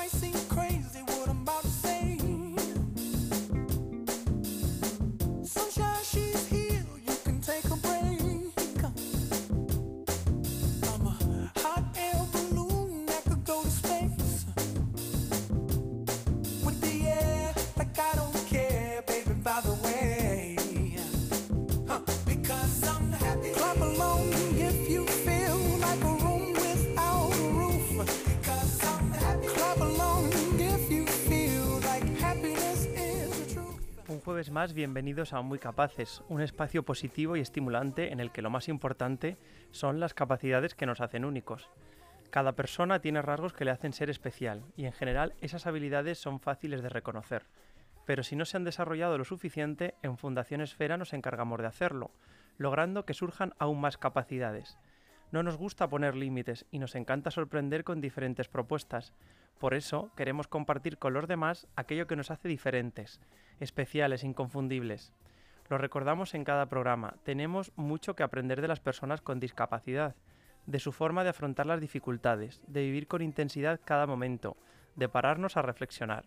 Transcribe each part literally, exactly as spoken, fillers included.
Jueves más, bienvenidos a Muy Capaces, un espacio positivo y estimulante en el que lo más importante son las capacidades que nos hacen únicos. Cada persona tiene rasgos que le hacen ser especial y en general esas habilidades son fáciles de reconocer. Pero si no se han desarrollado lo suficiente, en Fundación Esfera nos encargamos de hacerlo, logrando que surjan aún más capacidades. No nos gusta poner límites y nos encanta sorprender con diferentes propuestas. Por eso queremos compartir con los demás aquello que nos hace diferentes, especiales, inconfundibles. Lo recordamos en cada programa. Tenemos mucho que aprender de las personas con discapacidad, de su forma de afrontar las dificultades, de vivir con intensidad cada momento, de pararnos a reflexionar.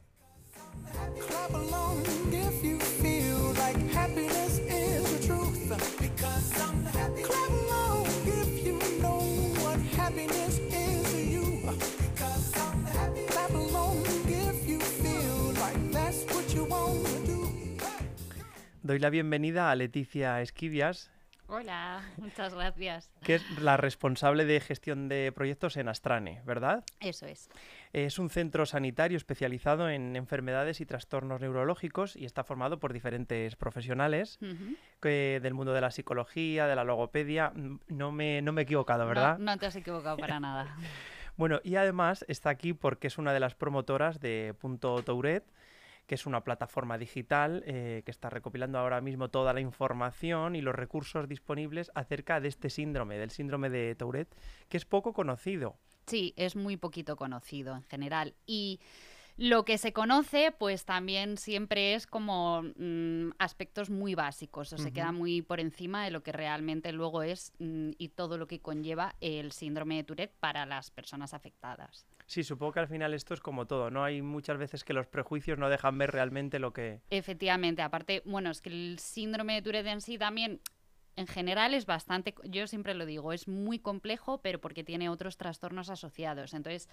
Doy la bienvenida a Leticia Esquivias. Hola, muchas gracias. Que es la responsable de gestión de proyectos en Astrane, ¿verdad? Eso es. Es un centro sanitario especializado en enfermedades y trastornos neurológicos y está formado por diferentes profesionales uh-huh. que, del mundo de la psicología, de la logopedia. No me, no me he equivocado, ¿verdad? No, no te has equivocado para nada. Bueno, y además está aquí porque es una de las promotoras de Punto Tourette, que es una plataforma digital eh, que está recopilando ahora mismo toda la información y los recursos disponibles acerca de este síndrome, del síndrome de Tourette, que es poco conocido. Sí, es muy poquito conocido en general. Y lo que se conoce, pues también siempre es como mmm, aspectos muy básicos, o uh-huh. se queda muy por encima de lo que realmente luego es mmm, y todo lo que conlleva el síndrome de Tourette para las personas afectadas. Sí, supongo que al final esto es como todo, ¿no? Hay muchas veces que los prejuicios no dejan ver realmente lo que... Efectivamente, aparte, bueno, es que el síndrome de Tourette en sí también... En general es bastante, yo siempre lo digo, es muy complejo, pero porque tiene otros trastornos asociados. Entonces,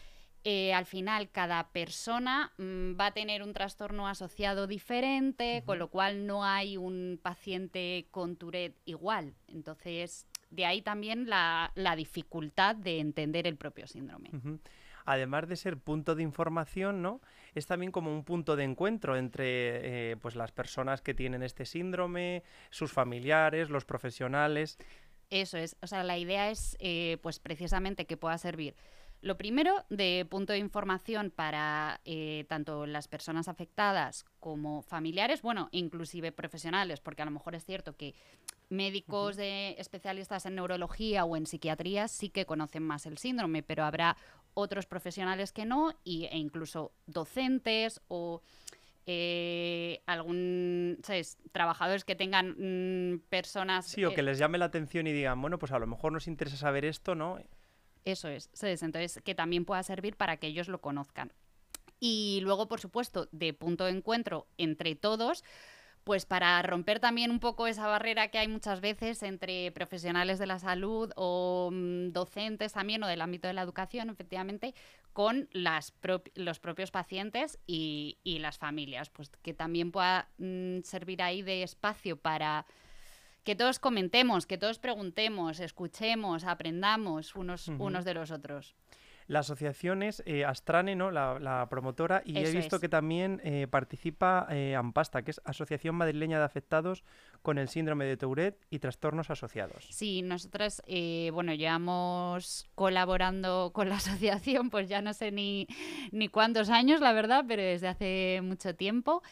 eh, al final, cada persona mmm, va a tener un trastorno asociado diferente, uh-huh. con lo cual no hay un paciente con Tourette igual. Entonces, de ahí también la, la dificultad de entender el propio síndrome. Uh-huh. Además de ser punto de información, ¿no? Es también como un punto de encuentro entre eh, pues las personas que tienen este síndrome, sus familiares, los profesionales. Eso es, o sea, la idea es eh, pues precisamente que pueda servir, lo primero, de punto de información para eh, tanto las personas afectadas como familiares, bueno, inclusive profesionales, porque a lo mejor es cierto que médicos de especialistas en neurología o en psiquiatría sí que conocen más el síndrome, pero habrá otros profesionales que no, y, e incluso docentes o eh, algún, ¿sabes? Trabajadores que tengan mmm, personas... Sí, o eh, que les llame la atención y digan, bueno, pues a lo mejor nos interesa saber esto, ¿no? Eso es, ¿sabes? Entonces, que también pueda servir para que ellos lo conozcan. Y luego, por supuesto, de punto de encuentro entre todos, pues para romper también un poco esa barrera que hay muchas veces entre profesionales de la salud o mmm, docentes también o del ámbito de la educación, efectivamente, con las pro- los propios pacientes y, y las familias, pues que también pueda mmm, servir ahí de espacio para que todos comentemos, que todos preguntemos, escuchemos, aprendamos unos, uh-huh. unos de los otros. La asociación es eh, Astrane, ¿no? La, la promotora, y Eso he visto es. que también eh, participa eh, AMPASTA, que es Asociación Madrileña de Afectados con el Síndrome de Tourette y Trastornos Asociados. Sí, nosotras, eh, bueno, llevamos colaborando con la asociación, pues ya no sé ni, ni cuántos años, la verdad, pero desde hace mucho tiempo.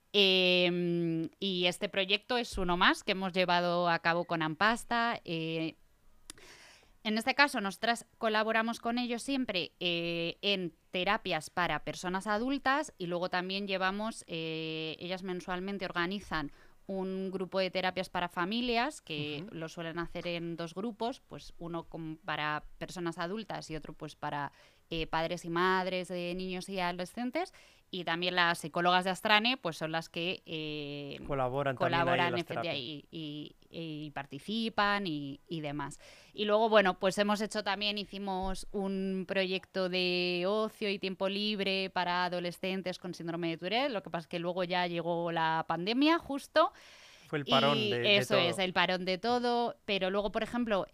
Eh, y este proyecto es uno más que hemos llevado a cabo con AMPASTA. Eh, En este caso, nosotras colaboramos con ellos siempre eh, en terapias para personas adultas y luego también llevamos, eh, ellas mensualmente organizan un grupo de terapias para familias que uh-huh. lo suelen hacer en dos grupos, pues uno con, para personas adultas y otro pues para eh, padres y madres de niños y adolescentes, y también las psicólogas de Astrane pues son las que eh, Colaboran, colaboran también ahí en las y, y, y participan y, y demás. Y luego, bueno, pues hemos hecho también, hicimos un proyecto de ocio y tiempo libre para adolescentes con síndrome de Tourette, lo que pasa es que luego ya llegó la pandemia justo. Fue el parón Y de, de eso todo. es, el parón de todo, pero luego, por ejemplo,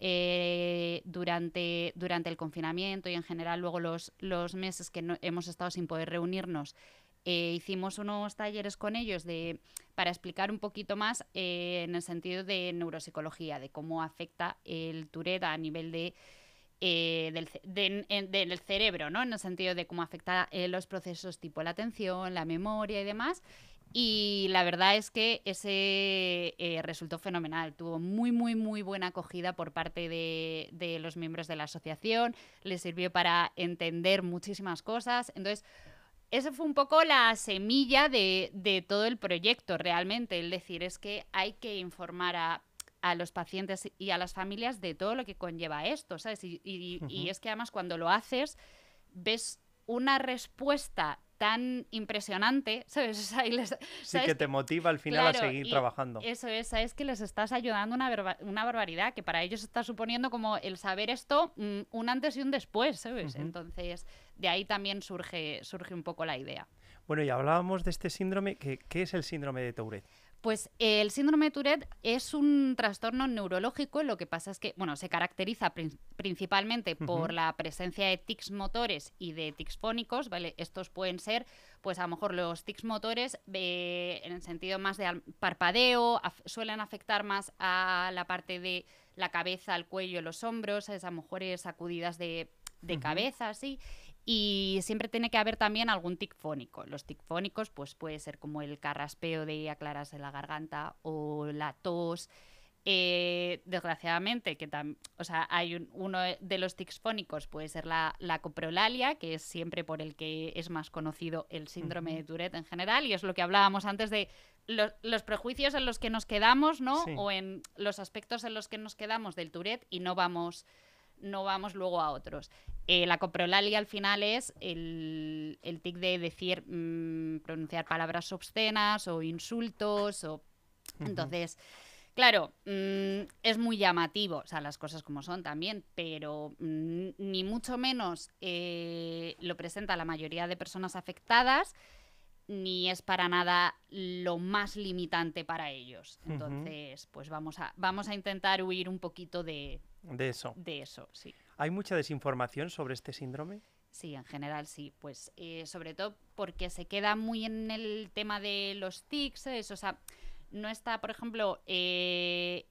eh, durante, durante el confinamiento y en general luego los, los meses que no, hemos estado sin poder reunirnos, eh, hicimos unos talleres con ellos de, para explicar un poquito más eh, en el sentido de neuropsicología, de cómo afecta el Tourette a nivel de eh, del, de, de, del cerebro, ¿no? En el sentido de cómo afecta eh, los procesos tipo la atención, la memoria y demás. Y la verdad es que ese eh, resultó fenomenal. Tuvo muy, muy, muy buena acogida por parte de, de los miembros de la asociación. Les sirvió para entender muchísimas cosas. Entonces, esa fue un poco la semilla de, de todo el proyecto, realmente. Es decir, es que hay que informar a, a los pacientes y a las familias de todo lo que conlleva esto, ¿sabes? Y, y, uh-huh. y es que además cuando lo haces, ves una respuesta tan impresionante, ¿sabes? O sea, les, sí, ¿sabes? que te motiva al final claro, a seguir trabajando. Eso es, sabes que les estás ayudando una, barba una barbaridad, que para ellos está suponiendo como el saber esto mmm, un antes y un después, ¿sabes? Uh-huh. Entonces, de ahí también surge, surge un poco la idea. Bueno, y hablábamos de este síndrome, ¿qué, qué es el síndrome de Tourette? Pues eh, el síndrome de Tourette es un trastorno neurológico, lo que pasa es que, bueno, se caracteriza prin principalmente uh-huh. por la presencia de tics motores y de tics fónicos, ¿vale? Estos pueden ser, pues a lo mejor los tics motores eh, en el sentido más de parpadeo, af suelen afectar más a la parte de la cabeza, el cuello, los hombros, a lo mejor sacudidas de, de uh-huh. cabeza, así. Y siempre tiene que haber también algún tic fónico. Los tic fónicos pues puede ser como el carraspeo de aclararse la garganta o la tos. Eh, desgraciadamente, que tam o sea, hay un, uno de los tics fónicos puede ser la, la coprolalia, que es siempre por el que es más conocido el síndrome uh-huh. de Tourette en general, y es lo que hablábamos antes de los, los prejuicios en los que nos quedamos, ¿no? Sí. O en los aspectos en los que nos quedamos del Tourette y no vamos... no vamos luego a otros. Eh, la coprolalia al final es el, el tic de decir, mmm, pronunciar palabras obscenas o insultos. O... Uh-huh. Entonces, claro, mmm, es muy llamativo, o sea, las cosas como son también, pero mmm, ni mucho menos eh, lo presenta la mayoría de personas afectadas, ni es para nada lo más limitante para ellos. Entonces, uh-huh. pues vamos a, vamos a intentar huir un poquito de... De eso. De eso, sí. ¿Hay mucha desinformación sobre este síndrome? Sí, en general sí. Pues eh, sobre todo porque se queda muy en el tema de los tics, ¿sabes? O sea, no está, por ejemplo, eh,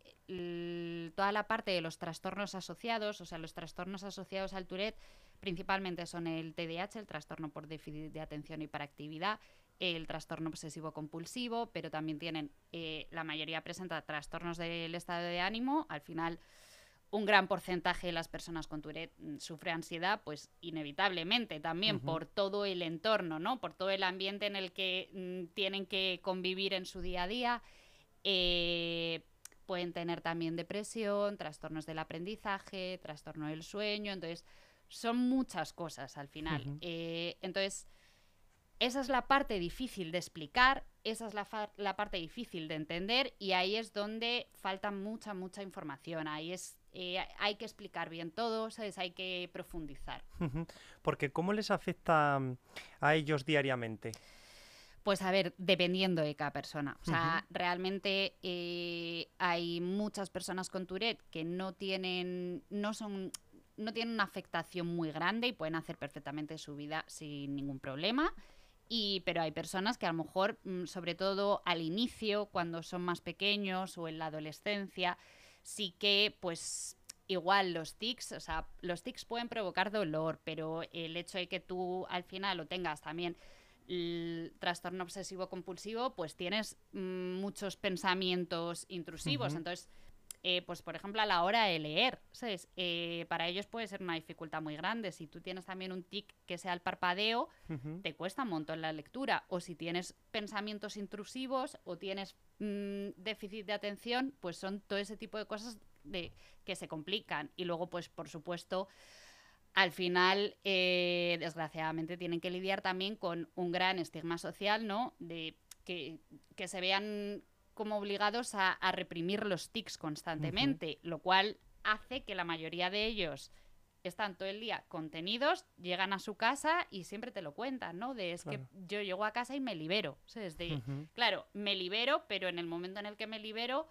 toda la parte de los trastornos asociados, o sea, los trastornos asociados al Tourette principalmente son el T D A H, el trastorno por déficit de atención y hiperactividad, el trastorno obsesivo compulsivo, pero también tienen, eh, la mayoría presenta trastornos del estado de ánimo. Al final, un gran porcentaje de las personas con Tourette sufre ansiedad, pues inevitablemente también uh-huh. por todo el entorno, ¿no? Por todo el ambiente en el que mm, tienen que convivir en su día a día. Eh, pueden tener también depresión, trastornos del aprendizaje, trastorno del sueño. Entonces, son muchas cosas al final. Uh-huh. eh, entonces, esa es la parte difícil de explicar, esa es la, la parte difícil de entender, y ahí es donde falta mucha, mucha información. Ahí es Eh, hay que explicar bien todo, ¿sabes? Hay que profundizar. Porque ¿cómo les afecta a ellos diariamente? Pues a ver, dependiendo de cada persona. O sea, uh-huh. realmente eh, hay muchas personas con Tourette que no tienen, no son, no tienen una afectación muy grande y pueden hacer perfectamente su vida sin ningún problema. Y, pero hay personas que a lo mejor, sobre todo al inicio, cuando son más pequeños o en la adolescencia, sí que, pues, igual los tics, o sea, los tics pueden provocar dolor, pero el hecho de que tú al final lo tengas también el trastorno obsesivo compulsivo, pues tienes mmm, muchos pensamientos intrusivos. Uh-huh. Entonces, eh, pues por ejemplo, a la hora de leer, ¿sabes? Eh, para ellos puede ser una dificultad muy grande. Si tú tienes también un tic que sea el parpadeo, uh-huh. te cuesta un montón la lectura. O si tienes pensamientos intrusivos o tienes mmm, déficit de atención, pues son todo ese tipo de cosas de, que se complican. Y luego, pues por supuesto, al final, eh, desgraciadamente, tienen que lidiar también con un gran estigma social, ¿no? De que, que se vean como obligados a, a reprimir los tics constantemente, uh-huh. lo cual hace que la mayoría de ellos están todo el día contenidos, llegan a su casa y siempre te lo cuentan, ¿no? De es claro. que yo llego a casa y me libero, ¿sabes? De, uh-huh. Claro, me libero, pero en el momento en el que me libero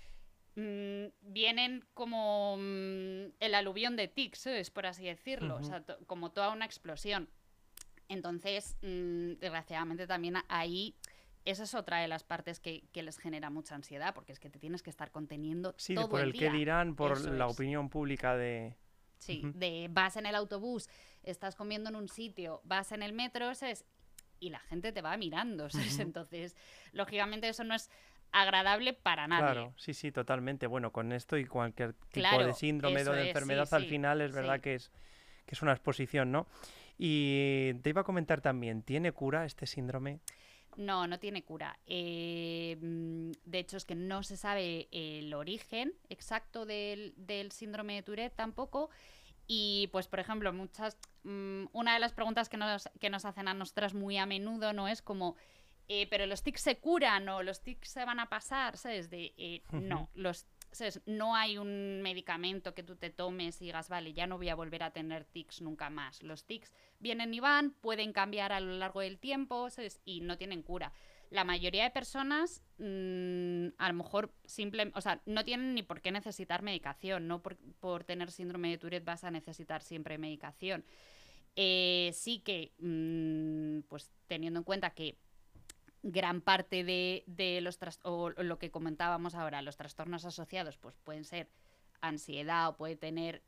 mmm, vienen como mmm, el aluvión de tics, ¿sabes? Por así decirlo, uh-huh. o sea, to- como toda una explosión. Entonces, mmm, desgraciadamente también ahí... Esa es otra de las partes que, que les genera mucha ansiedad, porque es que te tienes que estar conteniendo sí, todo por el, el día. que dirán, por Eso la es. opinión pública de... Sí, uh-huh. de vas en el autobús, estás comiendo en un sitio, vas en el metro, ¿sabes? Y la gente te va mirando, ¿sabes? Uh-huh. Entonces, lógicamente eso no es agradable para nadie. Claro, sí, sí, totalmente. Bueno, con esto y cualquier tipo claro, de síndrome o de es, enfermedad, sí, al sí, final es verdad sí. que es, que es una exposición, ¿no? Y te iba a comentar también, ¿tiene cura este síndrome? No, no tiene cura. Eh, de hecho, es que no se sabe el origen exacto del, del síndrome de Tourette tampoco. Y, pues, por ejemplo, muchas mmm, una de las preguntas que nos, que nos hacen a nosotras muy a menudo no es como, eh, ¿pero los tics se curan o los tics se van a pasar? ¿Sabes? De, eh, uh-huh. No, los ¿sabes? No hay un medicamento que tú te tomes y digas, vale, ya no voy a volver a tener tics nunca más. Los tics vienen y van, pueden cambiar a lo largo del tiempo, ¿sabes? Y no tienen cura. La mayoría de personas, mmm, a lo mejor, simple, o sea, no tienen ni por qué necesitar medicación. No por, por tener síndrome de Tourette vas a necesitar siempre medicación. Eh, sí que, mmm, pues teniendo en cuenta que gran parte de, de los tras- o lo que comentábamos ahora, los trastornos asociados, pues pueden ser ansiedad o puede tener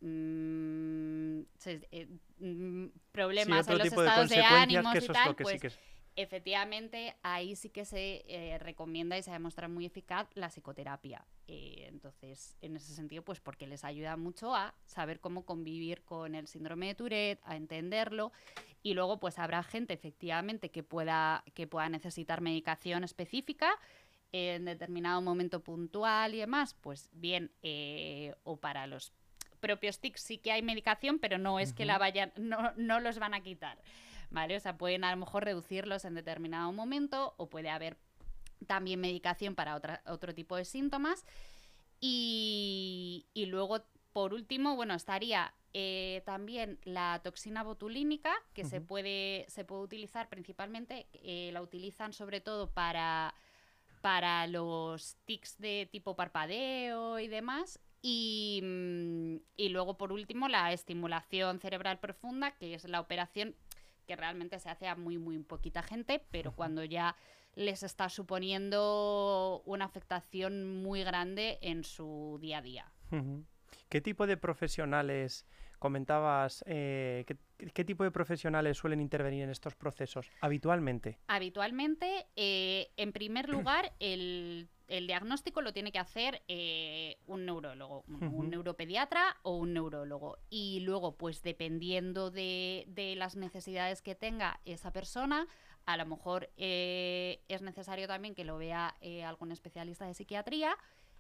mmm, se, eh, mmm, problemas sí, en los tipo estados de, de ánimos que eso y tal, es lo que pues sí que es... efectivamente ahí sí que se eh, recomienda y se demuestra muy eficaz la psicoterapia. Eh, entonces, en ese sentido, pues porque les ayuda mucho a saber cómo convivir con el síndrome de Tourette, a entenderlo. Y luego pues habrá gente efectivamente que pueda, que pueda necesitar medicación específica en determinado momento puntual y demás, pues bien, eh, o para los propios tics sí que hay medicación, pero no es uh-huh. que la vayan, no, no los van a quitar, ¿vale? O sea, pueden a lo mejor reducirlos en determinado momento o puede haber también medicación para otra, otro tipo de síntomas. Y, y luego, por último, bueno, estaría eh, también la toxina botulínica, que uh-huh. se, puede, se puede utilizar principalmente, eh, la utilizan sobre todo para, para los tics de tipo parpadeo y demás. Y, y luego, por último, la estimulación cerebral profunda, que es la operación que realmente se hace a muy, muy poquita gente, pero uh-huh. cuando ya les está suponiendo una afectación muy grande en su día a día. Uh-huh. ¿Qué tipo de profesionales, comentabas, eh, ¿qué, qué tipo de profesionales suelen intervenir en estos procesos habitualmente? Habitualmente, eh, en primer lugar, el, el diagnóstico lo tiene que hacer eh, un neurólogo, un, uh-huh. un neuropediatra o un neurólogo. Y luego, pues dependiendo de, de las necesidades que tenga esa persona, a lo mejor eh, es necesario también que lo vea eh, algún especialista de psiquiatría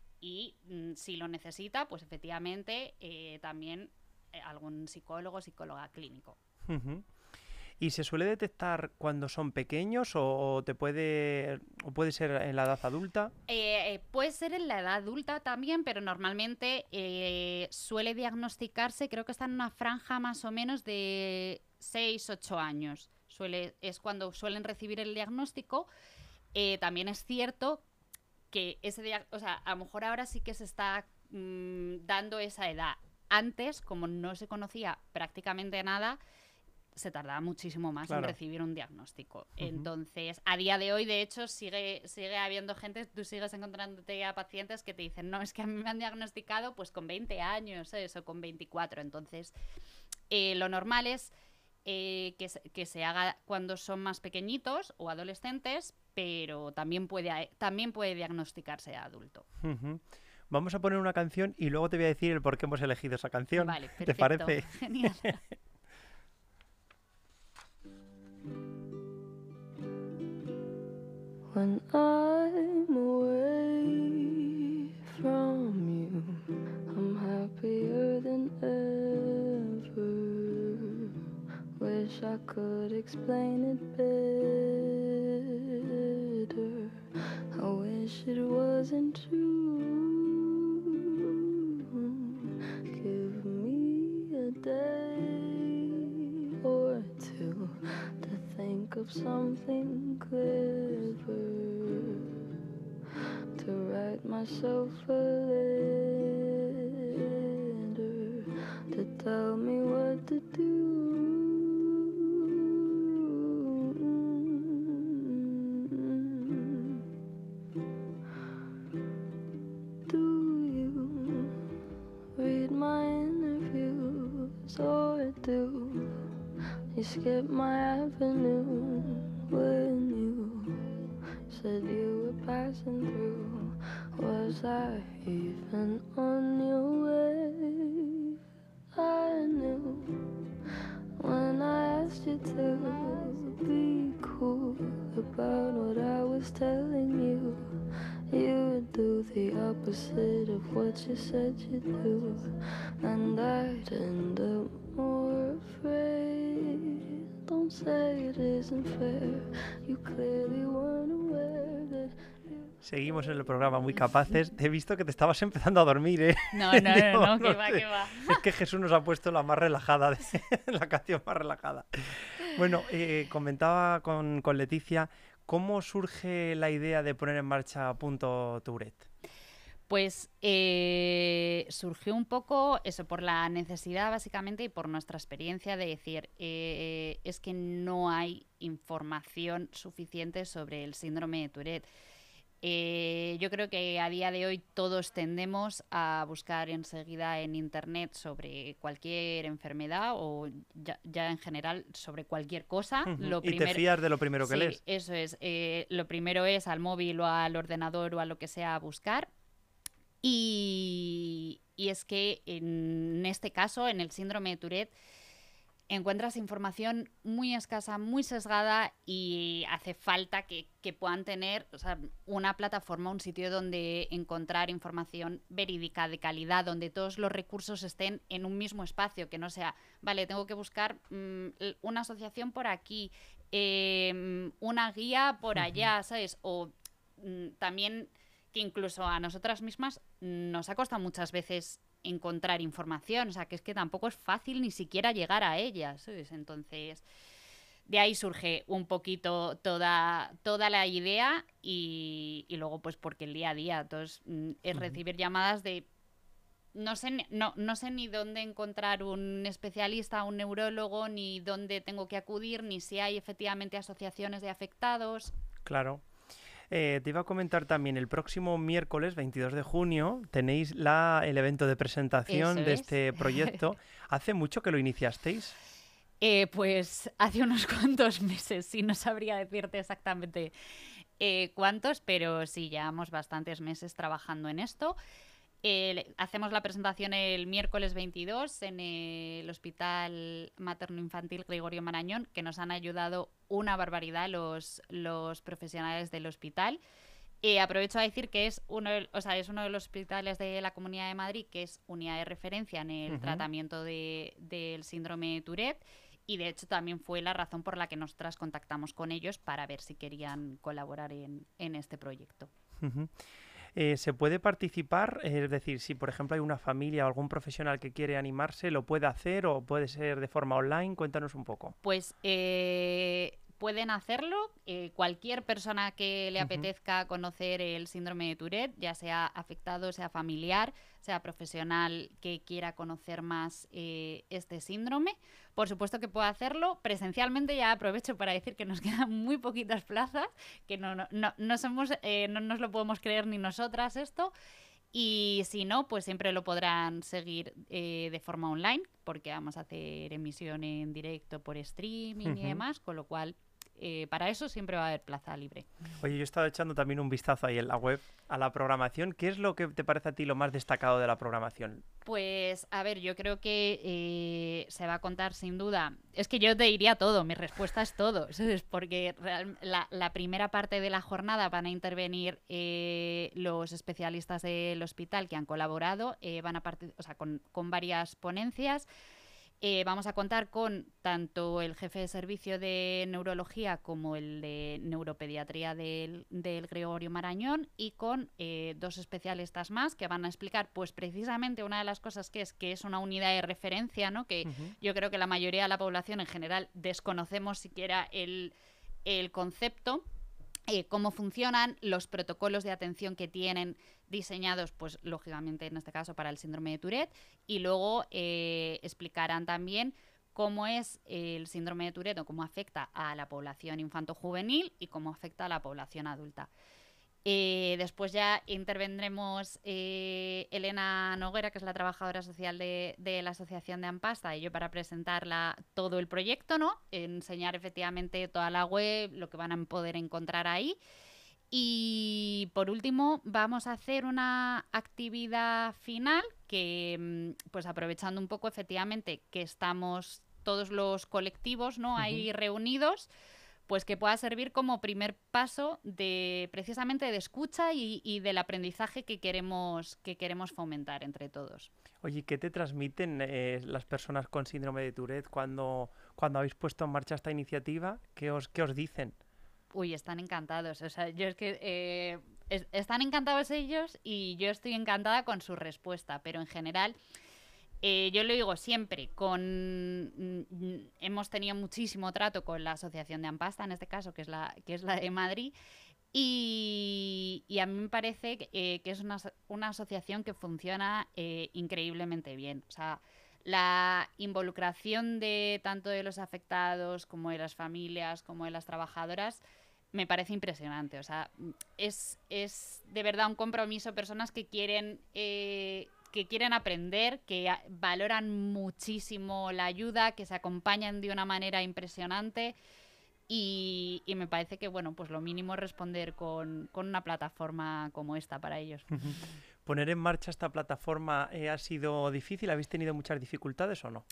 y mm, si lo necesita, pues efectivamente eh, también eh, algún psicólogo, psicóloga clínico. Uh-huh. ¿Y se suele detectar cuando son pequeños o te puede o puede ser en la edad adulta? Eh, eh, puede ser en la edad adulta también, pero normalmente eh, suele diagnosticarse, creo que está en una franja más o menos de seis ocho años. Suele, es cuando suelen recibir el diagnóstico. Eh, también es cierto que ese día, o sea, a lo mejor ahora sí que se está mmm, dando esa edad. Antes, como no se conocía prácticamente nada, se tardaba muchísimo más claro. en recibir un diagnóstico. Uh-huh. Entonces, a día de hoy, de hecho, sigue, sigue habiendo gente, tú sigues encontrándote a pacientes que te dicen, no, es que a mí me han diagnosticado pues con veinte años, ¿sabes? O con veinticuatro. Entonces, eh, lo normal es eh, que, se, que se haga cuando son más pequeñitos o adolescentes, pero también puede, también puede diagnosticarse a adulto. Uh-huh. Vamos a poner una canción y luego te voy a decir el por qué hemos elegido esa canción. Vale, perfecto. ¿Te parece? Genial. When I'm away from you, I'm happier than ever. I could explain it better. I wish it wasn't true. Give me a day or two to think of something clever, to write myself a letter, to tell me what to do. Do you read my interviews, or do you skip my avenue when you said you were passing through? Was I even on your way? I knew when I asked you to be cool about what I was telling you, you would do the opposite of what you said you'd do, and I'd end up more afraid. Don't say it isn't fair. You clearly weren't aware that. Seguimos en el programa Muy Capaces. Te he visto que te estabas empezando a dormir, ¿eh? No, no, Digo, no, no, que no va, sé. que va. Es que Jesús nos ha puesto la más relajada, de- la canción más relajada. Bueno, eh, comentaba con, con Leticia, ¿cómo surge la idea de poner en marcha Punto Tourette? Pues eh, surgió un poco eso por la necesidad básicamente y por nuestra experiencia de decir, eh, es que no hay información suficiente sobre el síndrome de Tourette. Eh, yo creo que a día de hoy todos tendemos a buscar enseguida en internet sobre cualquier enfermedad o ya, ya en general sobre cualquier cosa. Ujú. Lo Y te primer- fías de lo primero que Sí, lees. eso es. Eh, lo primero es al móvil o al ordenador o a lo que sea a buscar. Y, y es que en este caso, en el síndrome de Tourette, encuentras información muy escasa, muy sesgada y hace falta que, que puedan tener, o sea, una plataforma, un sitio donde encontrar información verídica, de calidad, donde todos los recursos estén en un mismo espacio, que no sea, vale, tengo que buscar mm, l- una asociación por aquí, eh, una guía por allá, ¿sabes? O mm, también que incluso a nosotras mismas nos ha costado muchas veces encontrar información, o sea, que es que tampoco es fácil ni siquiera llegar a ella, ¿sabes? Entonces, de ahí surge un poquito toda, toda la idea y, y luego, pues, porque el día a día, entonces, mm, es Ujú. recibir llamadas de no sé, ni- no, no sé ni dónde encontrar un especialista, un neurólogo, ni dónde tengo que acudir, ni si hay efectivamente asociaciones de afectados. Claro. Eh, te iba a comentar también, el próximo miércoles veintidós de junio tenéis la, el evento de presentación Eso de es. este proyecto. ¿Hace mucho que lo iniciasteis? Eh, pues hace unos cuantos meses, sí, no sabría decirte exactamente eh, cuántos, pero sí, llevamos bastantes meses trabajando en esto. Eh, hacemos la presentación el miércoles veintidós en el Hospital Materno-Infantil Gregorio Marañón, que nos han ayudado una barbaridad los, los profesionales del hospital. Eh, aprovecho a decir que es uno, de, o sea, es uno de los hospitales de la Comunidad de Madrid que es unidad de referencia en el Ujú. tratamiento de, del síndrome de Tourette. Y de hecho también fue la razón por la que nosotras contactamos con ellos para ver si querían colaborar en, en este proyecto. Ujú. Eh, ¿se puede participar? Es decir, si por ejemplo hay una familia o algún profesional que quiere animarse, ¿lo puede hacer o puede ser de forma online? Cuéntanos un poco. Pues eh, pueden hacerlo eh, cualquier persona que le Ujú. apetezca conocer el síndrome de Tourette, ya sea afectado, sea familiar, sea profesional que quiera conocer más eh, este síndrome. Por supuesto que puede hacerlo presencialmente. Ya aprovecho para decir que nos quedan muy poquitas plazas, que no, no, no, no somos, eh, no nos lo podemos creer ni nosotras esto. Y si no, pues siempre lo podrán seguir eh, de forma online, porque vamos a hacer emisión en directo por streaming y Ujú. demás, con lo cual eh, para eso siempre va a haber plaza libre. Oye, yo he estado echando también un vistazo ahí en la web a la programación. ¿Qué es lo que te parece a ti lo más destacado de la programación? Pues a ver, yo creo que eh, se va a contar sin duda. Es que yo te diría todo, mi respuesta es todo, ¿sabes? Porque real- la, la primera parte de la jornada van a intervenir eh, los especialistas del hospital que han colaborado, eh, van a partir, o sea, con, con varias ponencias. Eh, vamos a contar con tanto el jefe de servicio de neurología como el de neuropediatría del, del Gregorio Marañón y con eh, dos especialistas más que van a explicar pues precisamente una de las cosas que es que es una unidad de referencia, ¿no? Que uh-huh. Yo creo que la mayoría de la población en general desconocemos siquiera el, el concepto. Eh, cómo funcionan, los protocolos de atención que tienen diseñados, pues lógicamente en este caso para el síndrome de Tourette, y luego eh, explicarán también cómo es el síndrome de Tourette o cómo afecta a la población infanto-juvenil y cómo afecta a la población adulta. Eh, después ya intervendremos eh, Elena Noguera, que es la trabajadora social de, de la Asociación de Ampasta, y yo para presentar la, todo el proyecto, ¿no? Enseñar efectivamente toda la web, lo que van a poder encontrar ahí. Y por último vamos a hacer una actividad final que, pues aprovechando un poco efectivamente que estamos todos los colectivos, ¿no? Uh-huh. Ahí reunidos, pues que pueda servir como primer paso de precisamente de escucha y, y del aprendizaje que queremos, que queremos fomentar entre todos. Oye, ¿qué te transmiten eh, las personas con síndrome de Tourette cuando, cuando habéis puesto en marcha esta iniciativa? ¿Qué os, qué os dicen? Uy, están encantados. O sea, yo es que eh, es, están encantados ellos y yo estoy encantada con su respuesta, pero en general... Eh, yo lo digo siempre, con mm, hemos tenido muchísimo trato con la Asociación de Ampasta, en este caso, que es la, que es la de Madrid, y, y a mí me parece que, eh, que es una, una asociación que funciona eh, increíblemente bien. O sea, la involucración de tanto de los afectados como de las familias, como de las trabajadoras, me parece impresionante. O sea, es, es de verdad un compromiso, personas que quieren... Eh, que quieren aprender, que valoran muchísimo la ayuda, que se acompañan de una manera impresionante y, y me parece que, bueno, pues lo mínimo es responder con, con una plataforma como esta para ellos. ¿Poner en marcha esta plataforma eh, ha sido difícil? ¿Habéis tenido muchas dificultades o no?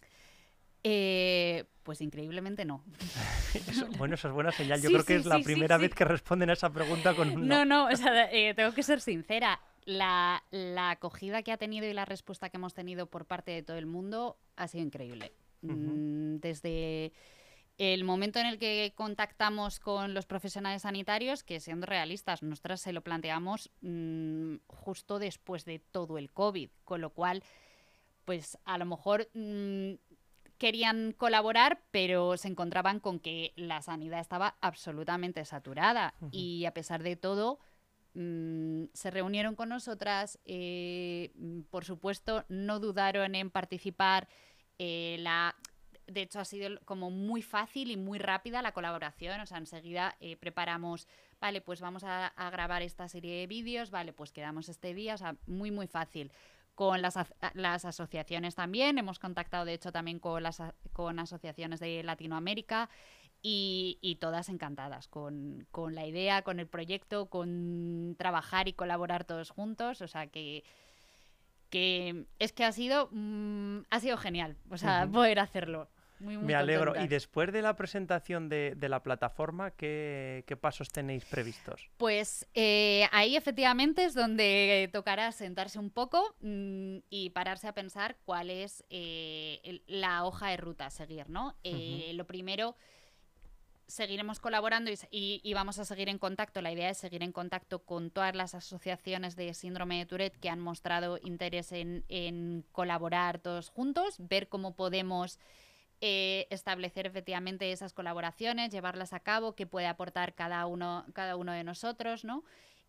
Eh, pues increíblemente no. Eso, bueno, eso es buena señal. Yo sí, creo que sí, es la sí, primera sí, vez sí. que responden a esa pregunta con un no. No, no, o sea, eh, tengo que ser sincera. La, la acogida que ha tenido y la respuesta que hemos tenido por parte de todo el mundo ha sido increíble. Uh-huh. Mm, desde el momento en el que contactamos con los profesionales sanitarios, que siendo realistas, nosotras se lo planteamos mmm, justo después de todo el COVID, con lo cual, pues a lo mejor... Mmm, querían colaborar, pero se encontraban con que la sanidad estaba absolutamente saturada. Uh-huh. Y a pesar de todo, mmm, se reunieron con nosotras, eh, por supuesto, no dudaron en participar. Eh, la, de hecho, ha sido como muy fácil y muy rápida la colaboración. O sea, enseguida eh, preparamos, vale, pues vamos a, a grabar esta serie de vídeos, vale, pues quedamos este día, o sea, muy, muy fácil. Con las, las asociaciones también, hemos contactado de hecho también con las con asociaciones de Latinoamérica y, y todas encantadas con, con la idea, con el proyecto, con trabajar y colaborar todos juntos, o sea que, que es que ha sido, mmm, ha sido genial, o sea, uh-huh. poder hacerlo. Muy, muy Me alegro. contentas. Y después de la presentación de, de la plataforma, ¿qué, qué pasos tenéis previstos? Pues eh, ahí efectivamente es donde tocará sentarse un poco mmm, y pararse a pensar cuál es eh, el, la hoja de ruta a seguir, ¿no? Eh, uh-huh. Lo primero, seguiremos colaborando y, y, y vamos a seguir en contacto. La idea es seguir en contacto con todas las asociaciones de síndrome de Tourette que han mostrado interés en, en colaborar todos juntos, ver cómo podemos... Eh, establecer efectivamente esas colaboraciones, llevarlas a cabo, qué puede aportar cada uno, cada uno de nosotros, ¿no?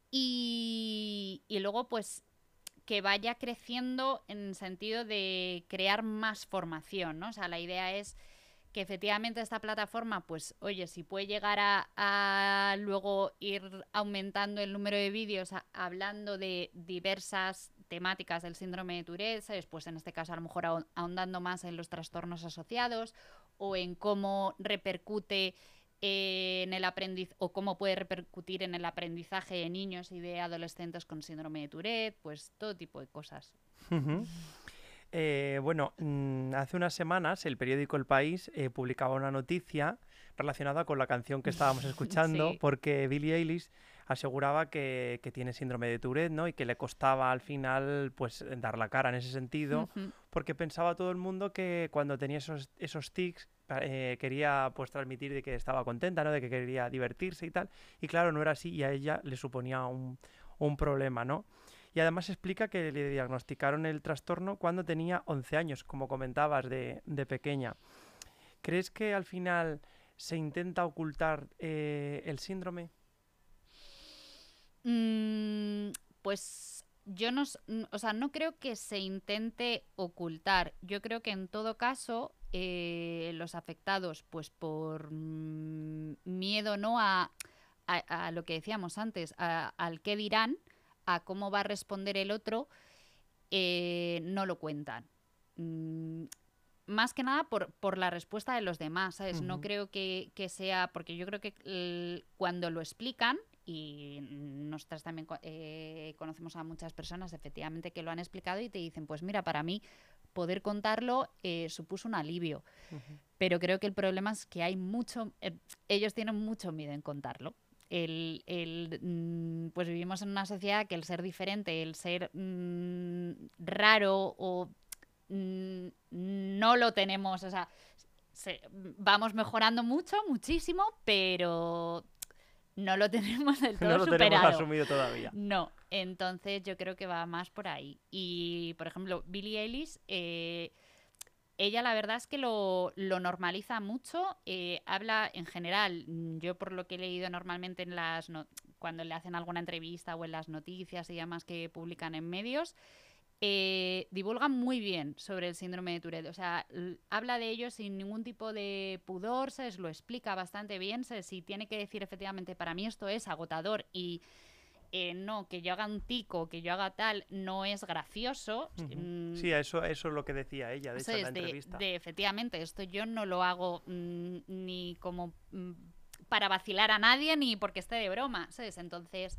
Y, y luego, pues, que vaya creciendo en el sentido de crear más formación, ¿no? O sea, la idea es que efectivamente esta plataforma, pues, oye, si puede llegar a, a luego ir aumentando el número de vídeos a, hablando de diversas temáticas del síndrome de Tourette, ¿sabes? Pues en este caso a lo mejor ahondando más en los trastornos asociados o en cómo repercute eh, en el aprendiz o cómo puede repercutir en el aprendizaje de niños y de adolescentes con síndrome de Tourette, pues todo tipo de cosas. Uh-huh. Eh, bueno, mmm, hace unas semanas el periódico El País eh, publicaba una noticia relacionada con la canción que estábamos escuchando, Sí. porque Billie Eilish aseguraba que, que tiene síndrome de Tourette, ¿no? Y que le costaba al final, pues, dar la cara en ese sentido, Ujú. porque pensaba todo el mundo que cuando tenía esos, esos tics pa- eh, quería, pues, transmitir de que estaba contenta, ¿no? De que quería divertirse y tal. Y claro, no era así y a ella le suponía un, un problema, ¿no? Y además explica que le diagnosticaron el trastorno cuando tenía once años, como comentabas, de, de pequeña. ¿Crees que al final se intenta ocultar eh, el síndrome? Mm, pues yo no, s- n- o sea, no creo que se intente ocultar. Yo creo que en todo caso eh, los afectados, pues por mm, miedo, ¿no? A, a- a lo que decíamos antes, a- al qué dirán, a cómo va a responder el otro, eh, no lo cuentan. Mm, más que nada por, por la respuesta de los demás, ¿sabes? No Ujú. creo que, que sea, porque yo creo que el- cuando lo explican, y nosotras también co- eh, conocemos a muchas personas efectivamente que lo han explicado y te dicen, pues mira, para mí poder contarlo eh, supuso un alivio, Ujú. pero creo que el problema es que hay mucho, eh, ellos tienen mucho miedo en contarlo. El, el, mm, pues vivimos en una sociedad que el ser diferente, el ser mm, raro o mm, no lo tenemos, o sea, se- vamos mejorando mucho, muchísimo, pero no lo tenemos del No todo lo tenemos superado. asumido todavía. No, entonces yo creo que va más por ahí. Y, por ejemplo, Billie Eilish, eh, ella la verdad es que lo, lo normaliza mucho, eh, habla en general, mm, yo por lo que he leído normalmente en las no- cuando le hacen alguna entrevista o en las noticias y demás que publican en medios, eh, divulga muy bien sobre el síndrome de Tourette. O sea, l- habla de ello sin ningún tipo de pudor, ¿sabes? Lo explica bastante bien, ¿sabes? Si tiene que decir efectivamente, para mí esto es agotador y eh, no, que yo haga un tico, que yo haga tal, no es gracioso. Ujú. mm, Sí, eso, eso es lo que decía ella, de hecho, en la ¿sabes? De, entrevista. de, efectivamente, esto yo no lo hago mm, ni como mm, para vacilar a nadie ni porque esté de broma, ¿sabes? Entonces,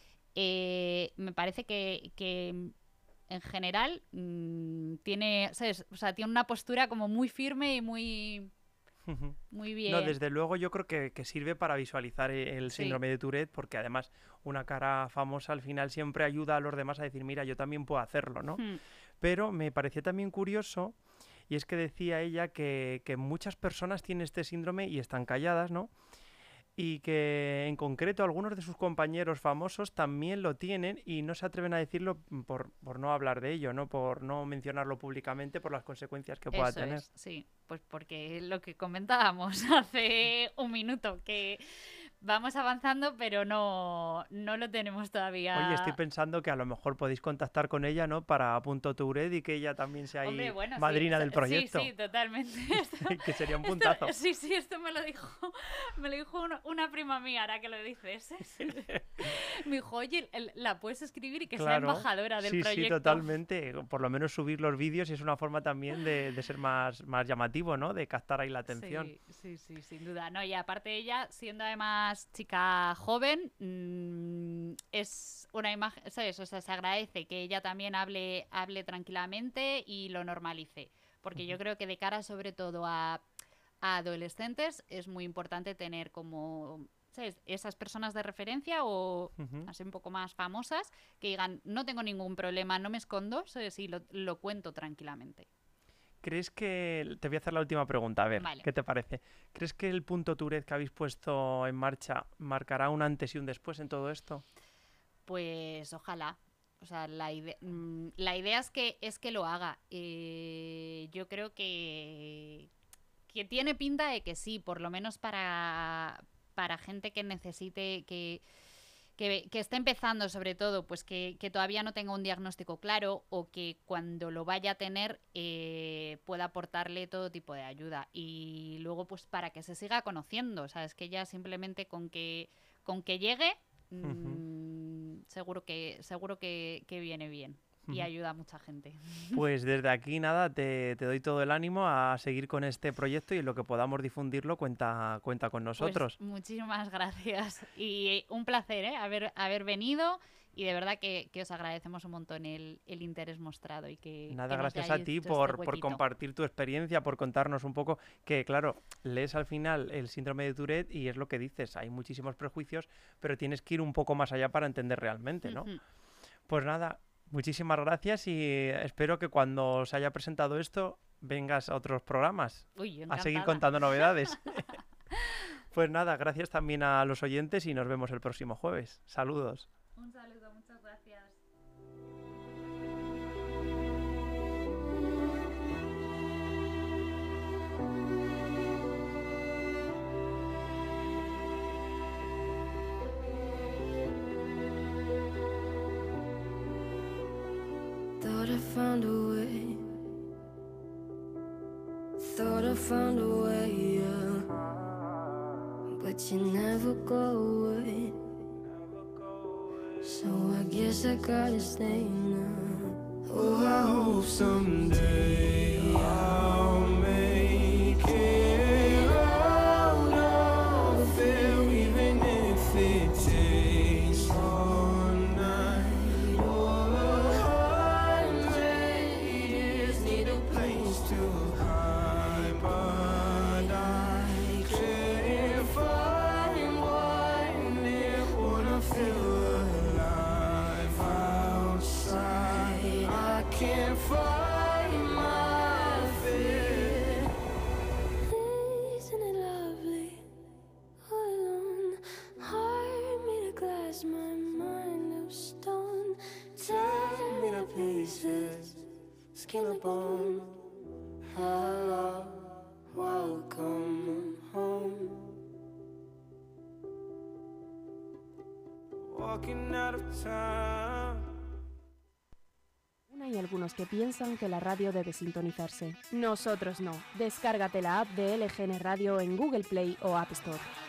eh, me parece que, que en general mm, tiene, ¿sabes? O sea, tiene una postura como muy firme y muy, Ujú. muy No, bien. desde luego yo creo que, que sirve para visualizar e- el Sí. síndrome de Tourette, porque además una cara famosa al final siempre ayuda a los demás a decir, mira, yo también puedo hacerlo, ¿no? Hmm. Pero me parecía también curioso, y es que decía ella que, que muchas personas tienen este síndrome y están calladas, ¿no? Y que en concreto algunos de sus compañeros famosos también lo tienen y no se atreven a decirlo por, por no hablar de ello, ¿no? Por no mencionarlo públicamente por las consecuencias que pueda Eso tener. es, sí. Pues porque lo que comentábamos hace un minuto, que vamos avanzando, pero no, no lo tenemos todavía. Oye, estoy pensando que a lo mejor podéis contactar con ella, ¿no? Para Punto Tourette y que ella también sea Hombre, ahí bueno, madrina sí, del sí, proyecto. sí, totalmente. Esto, Que sería un esto- puntazo. sí, sí, esto me lo dijo, me lo dijo una, una prima mía, ahora que lo dices. Me dijo, oye, el- la puedes escribir y que sea Claro, embajadora del sí, proyecto. sí, totalmente. Por lo menos subir los vídeos y es una forma también de, de ser más, más llamativo, ¿no? De captar ahí la atención. Sí, sí, sí, sin duda. No, y aparte ella, siendo además chica joven, mm, es una imagen, ¿sabes? O sea, se agradece que ella también hable, hable tranquilamente y lo normalice. Porque yo creo que de cara sobre todo a, a adolescentes es muy importante tener como, ¿sabes? Esas personas de referencia o Ujú. así un poco más famosas que digan, no tengo ningún problema, no me escondo, ¿sabes? Y lo, lo cuento tranquilamente. ¿Crees que... Te voy a hacer la última pregunta, a ver, Vale. ¿qué te parece? ¿Crees que el punto Tourette que habéis puesto en marcha marcará un antes y un después en todo esto? Pues ojalá. O sea, la, ide- mm, la idea es que, es que lo haga. Eh, yo creo que, que tiene pinta de que sí, por lo menos para, para gente que necesite, que, que, que esté empezando sobre todo, pues que, que todavía no tenga un diagnóstico claro o que cuando lo vaya a tener eh, pueda aportarle todo tipo de ayuda. Y luego pues para que se siga conociendo. O sea, es que ya simplemente con que, con que llegue... Mm, seguro que seguro que, que viene bien y Ujú. ayuda a mucha gente. Pues desde aquí nada, te, te doy todo el ánimo a seguir con este proyecto y en lo que podamos difundirlo cuenta, cuenta con nosotros. Pues muchísimas gracias y un placer, ¿eh? haber, haber venido, Y de verdad que, que os agradecemos un montón el, el interés mostrado y que... Nada, que nos gracias a hayáis ti hecho por, este por huequito. compartir tu experiencia, por contarnos un poco que, claro, lees al final el síndrome de Tourette y es lo que dices, hay muchísimos prejuicios, pero tienes que ir un poco más allá para entender realmente, ¿no? Ujú. Pues nada, muchísimas gracias y espero que cuando se haya presentado esto vengas a otros programas Uy, yo a seguir encantada. contando novedades. Pues nada, gracias también a los oyentes y nos vemos el próximo jueves. Saludos. Un saludo, muchas gracias. Thought I found a way. Thought I found a way, yeah. But you never go away. So I guess I gotta stay now. Oh, I hope someday I'll make it out of it, even if it takes all night or a hundred years. Need a place to hide, but I couldn't find one near. Wanna feel alive outside. I can't find my fear. Isn't it lovely? All alone, heart made of glass, my mind of stone. Tear me to pieces, skin and bone. Hello, welcome home. Walking out of town. Hay algunos que piensan que la radio debe sintonizarse. Nosotros no. Descárgate la app de L G N Radio en Google Play o App Store.